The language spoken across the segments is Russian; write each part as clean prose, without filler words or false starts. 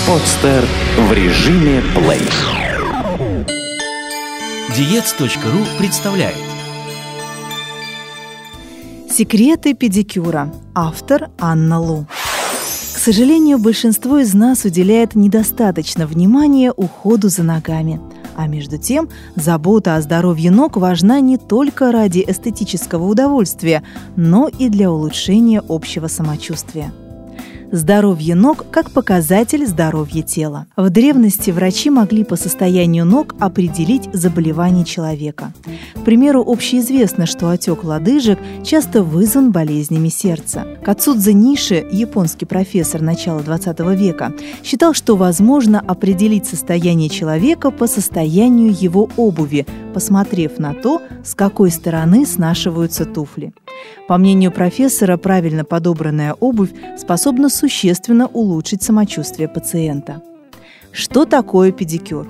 Подстер в режиме плей. Диетс.ру представляет Секреты педикюра. Автор Анна Лу. К сожалению, большинство из нас уделяет недостаточно внимания уходу за ногами. А между тем, забота о здоровье ног важна не только ради эстетического удовольствия, но и для улучшения общего самочувствия. Здоровье ног как показатель здоровья тела. В древности врачи могли по состоянию ног определить заболевание человека. К примеру, общеизвестно, что отек лодыжек часто вызван болезнями сердца. Кацудзе Ниши, японский профессор начала XX века, считал, что возможно определить состояние человека по состоянию его обуви, посмотрев на то, с какой стороны снашиваются туфли. По мнению профессора, правильно подобранная обувь способна существенно улучшить самочувствие пациента. Что такое педикюр?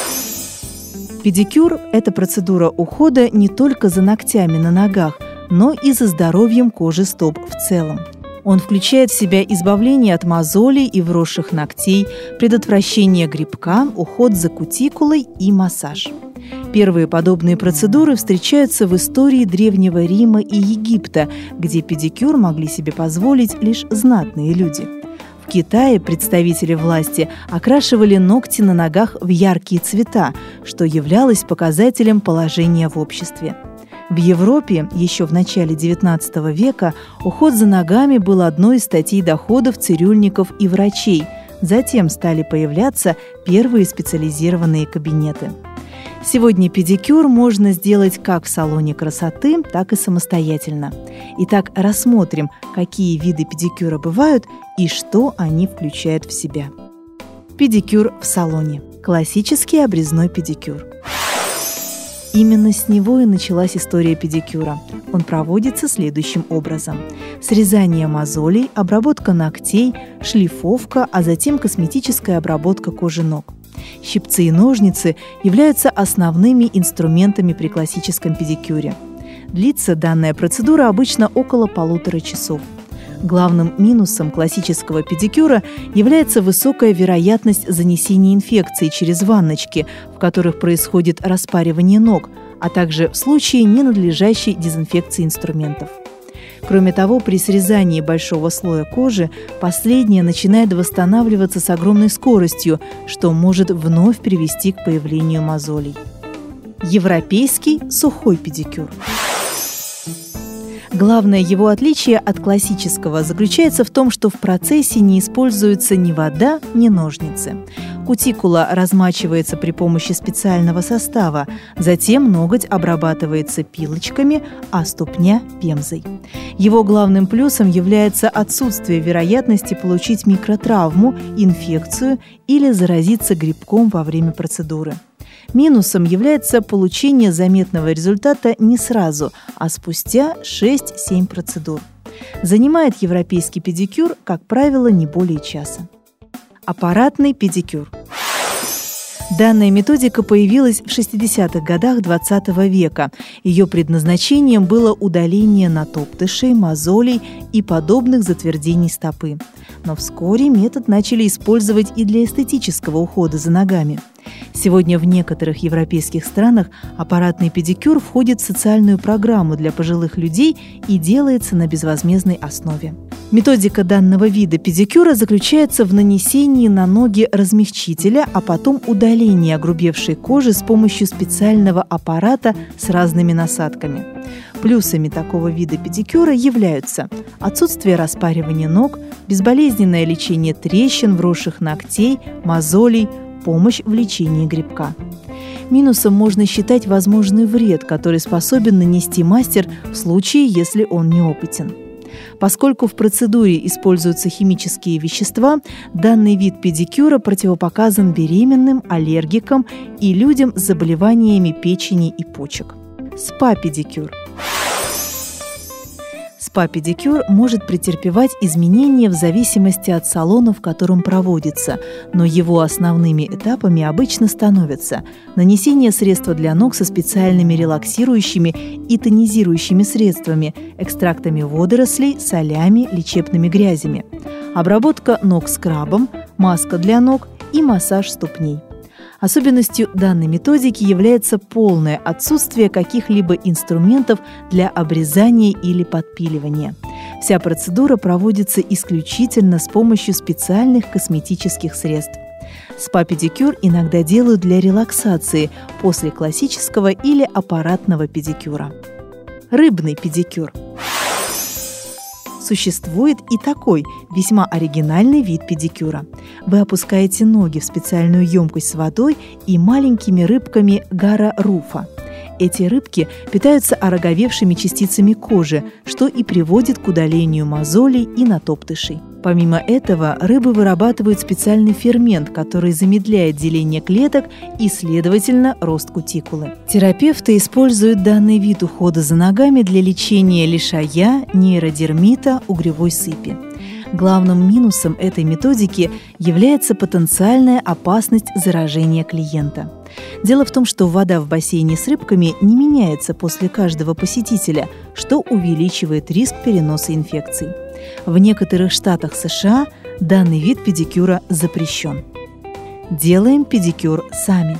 Педикюр – это процедура ухода не только за ногтями на ногах, но и за здоровьем кожи стоп в целом. Он включает в себя избавление от мозолей и вросших ногтей, предотвращение грибка, уход за кутикулой и массаж. Первые подобные процедуры встречаются в истории Древнего Рима и Египта, где педикюр могли себе позволить лишь знатные люди. В Китае представители власти окрашивали ногти на ногах в яркие цвета, что являлось показателем положения в обществе. В Европе еще в начале XIX века уход за ногами был одной из статей доходов цирюльников и врачей. Затем стали появляться первые специализированные кабинеты. Сегодня педикюр можно сделать как в салоне красоты, так и самостоятельно. Итак, рассмотрим, какие виды педикюра бывают и что они включают в себя. Педикюр в салоне. Классический обрезной педикюр. Именно с него и началась история педикюра. Он проводится следующим образом: срезание мозолей, обработка ногтей, шлифовка, а затем косметическая обработка кожи ног. Щипцы и ножницы являются основными инструментами при классическом педикюре. Длится данная процедура обычно около 1,5 часа. Главным минусом классического педикюра является высокая вероятность занесения инфекции через ванночки, в которых происходит распаривание ног, а также в случае ненадлежащей дезинфекции инструментов. Кроме того, при срезании большого слоя кожи последняя начинает восстанавливаться с огромной скоростью, что может вновь привести к появлению мозолей. Европейский сухой педикюр. Главное его отличие от классического заключается в том, что в процессе не используется ни вода, ни ножницы. Кутикула размачивается при помощи специального состава, затем ноготь обрабатывается пилочками, а ступня – пемзой. Его главным плюсом является отсутствие вероятности получить микротравму, инфекцию или заразиться грибком во время процедуры. Минусом является получение заметного результата не сразу, а спустя 6-7 процедур. Занимает европейский педикюр, как правило, не более часа. Аппаратный педикюр. Данная методика появилась в 60-х годах XX века. Ее предназначением было удаление натоптышей, мозолей и подобных затвердений стопы. Но вскоре метод начали использовать и для эстетического ухода за ногами. Сегодня в некоторых европейских странах аппаратный педикюр входит в социальную программу для пожилых людей и делается на безвозмездной основе. Методика данного вида педикюра заключается в нанесении на ноги размягчителя, а потом удалении огрубевшей кожи с помощью специального аппарата с разными насадками. Плюсами такого вида педикюра являются отсутствие распаривания ног, безболезненное лечение трещин, вросших ногтей, мозолей, помощь в лечении грибка. Минусом можно считать возможный вред, который способен нанести мастер в случае, если он неопытен. Поскольку в процедуре используются химические вещества, данный вид педикюра противопоказан беременным, аллергикам и людям с заболеваниями печени и почек. СПА-педикюр. СПА-педикюр может претерпевать изменения в зависимости от салона, в котором проводится, но его основными этапами обычно становятся нанесение средства для ног со специальными релаксирующими и тонизирующими средствами, экстрактами водорослей, солями, лечебными грязями, обработка ног скрабом, маска для ног и массаж ступней. Особенностью данной методики является полное отсутствие каких-либо инструментов для обрезания или подпиливания. Вся процедура проводится исключительно с помощью специальных косметических средств. Спа-педикюр иногда делают для релаксации после классического или аппаратного педикюра. Рыбный педикюр. Существует и такой весьма оригинальный вид педикюра. Вы опускаете ноги в специальную емкость с водой и маленькими рыбками гара-руфа. Эти рыбки питаются ороговевшими частицами кожи, что и приводит к удалению мозолей и натоптышей. Помимо этого, рыбы вырабатывают специальный фермент, который замедляет деление клеток и, следовательно, рост кутикулы. Терапевты используют данный вид ухода за ногами для лечения лишая, нейродермита, угревой сыпи. Главным минусом этой методики является потенциальная опасность заражения клиента. Дело в том, что вода в бассейне с рыбками не меняется после каждого посетителя, что увеличивает риск переноса инфекций. В некоторых штатах США данный вид педикюра запрещен. Делаем педикюр сами.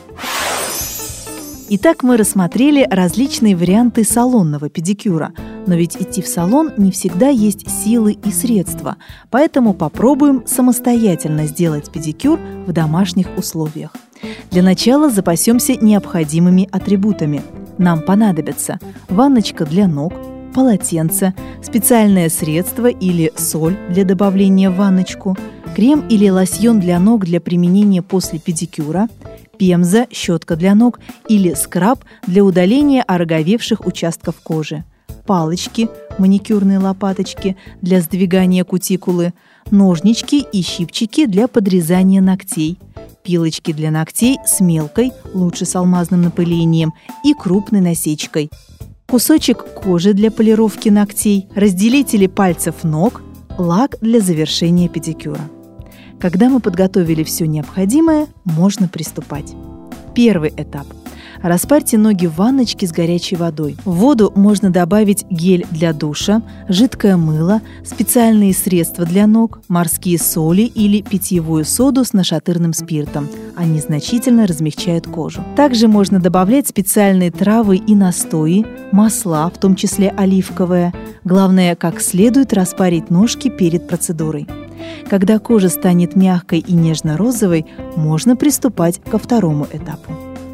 Итак, мы рассмотрели различные варианты салонного педикюра. Но ведь идти в салон не всегда есть силы и средства, поэтому попробуем самостоятельно сделать педикюр в домашних условиях. Для начала запасемся необходимыми атрибутами. Нам понадобится ванночка для ног, полотенце, специальное средство или соль для добавления в ванночку, крем или лосьон для ног для применения после педикюра, пемза, щетка для ног или скраб для удаления ороговевших участков кожи, палочки, маникюрные лопаточки для сдвигания кутикулы, ножнички и щипчики для подрезания ногтей, пилочки для ногтей с мелкой, лучше с алмазным напылением, и крупной насечкой, кусочек кожи для полировки ногтей, разделители пальцев ног, лак для завершения педикюра. Когда мы подготовили все необходимое, можно приступать. Первый этап. Распарьте ноги в ванночке с горячей водой. В воду можно добавить гель для душа, жидкое мыло, специальные средства для ног, морские соли или питьевую соду с нашатырным спиртом. Они значительно размягчают кожу. Также можно добавлять специальные травы и настои, масла, в том числе оливковое. Главное, как следует распарить ножки перед процедурой. Когда кожа станет мягкой и нежно-розовой, можно приступать ко второму этапу.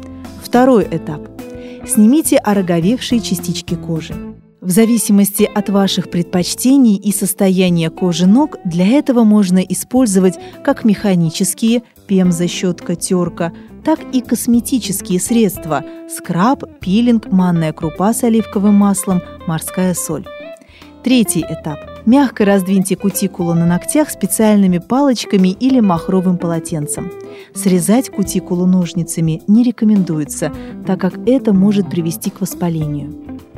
Второй этап. Снимите ороговевшие частички кожи. В зависимости от ваших предпочтений и состояния кожи ног, для этого можно использовать как механические пемза, щетка, терка, так и косметические средства – скраб, пилинг, манная крупа с оливковым маслом, морская соль. Третий этап. Мягко раздвиньте кутикулу на ногтях специальными палочками или махровым полотенцем. Срезать кутикулу ножницами не рекомендуется, так как это может привести к воспалению.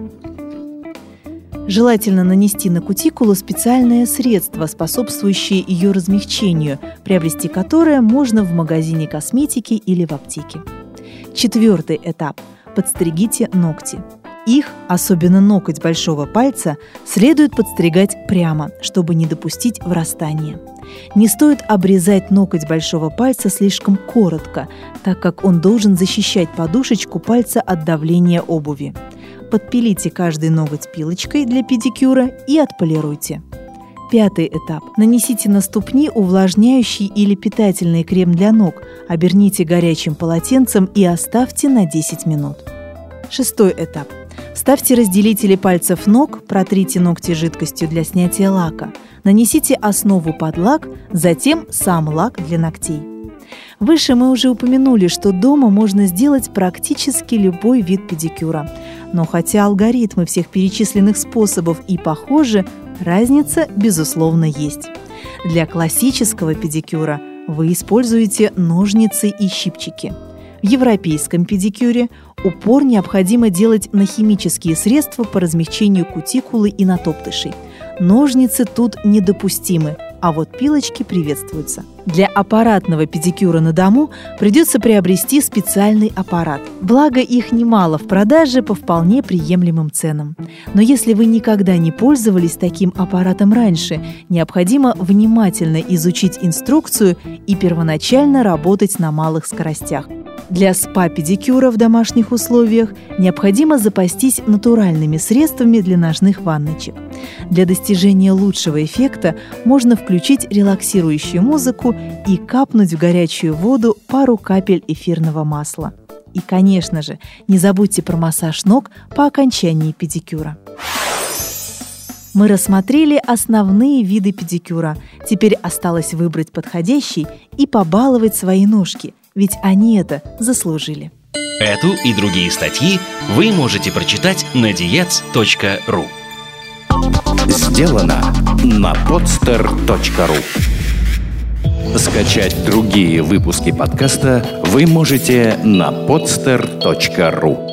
Желательно нанести на кутикулу специальное средство, способствующее ее размягчению, приобрести которое можно в магазине косметики или в аптеке. Четвертый этап. Подстригите ногти. Их, особенно ноготь большого пальца, следует подстригать прямо, чтобы не допустить врастания. Не стоит обрезать ноготь большого пальца слишком коротко, так как он должен защищать подушечку пальца от давления обуви. Подпилите каждый ноготь пилочкой для педикюра и отполируйте. Пятый этап. Нанесите на ступни увлажняющий или питательный крем для ног, оберните горячим полотенцем и оставьте на 10 минут. Шестой этап. Вставьте разделители пальцев ног, протрите ногти жидкостью для снятия лака. Нанесите основу под лак, затем сам лак для ногтей. Выше мы уже упомянули, что дома можно сделать практически любой вид педикюра. Но хотя алгоритмы всех перечисленных способов и похожи, разница, безусловно, есть. Для классического педикюра вы используете ножницы и щипчики. В европейском педикюре упор необходимо делать на химические средства по размягчению кутикулы и натоптышей. Ножницы тут недопустимы, а вот пилочки приветствуются. Для аппаратного педикюра на дому придется приобрести специальный аппарат. Благо, их немало в продаже по вполне приемлемым ценам. Но если вы никогда не пользовались таким аппаратом раньше, необходимо внимательно изучить инструкцию и первоначально работать на малых скоростях. Для спа-педикюра в домашних условиях необходимо запастись натуральными средствами для ножных ванночек. Для достижения лучшего эффекта можно включить релаксирующую музыку и капнуть в горячую воду пару капель эфирного масла. И, конечно же, не забудьте про массаж ног по окончании педикюра. Мы рассмотрели основные виды педикюра. Теперь осталось выбрать подходящий и побаловать свои ножки, ведь они это заслужили. Эту и другие статьи вы можете прочитать на diets.ru. Сделано на podster.ru. Скачать другие выпуски подкаста вы можете на podster.ru.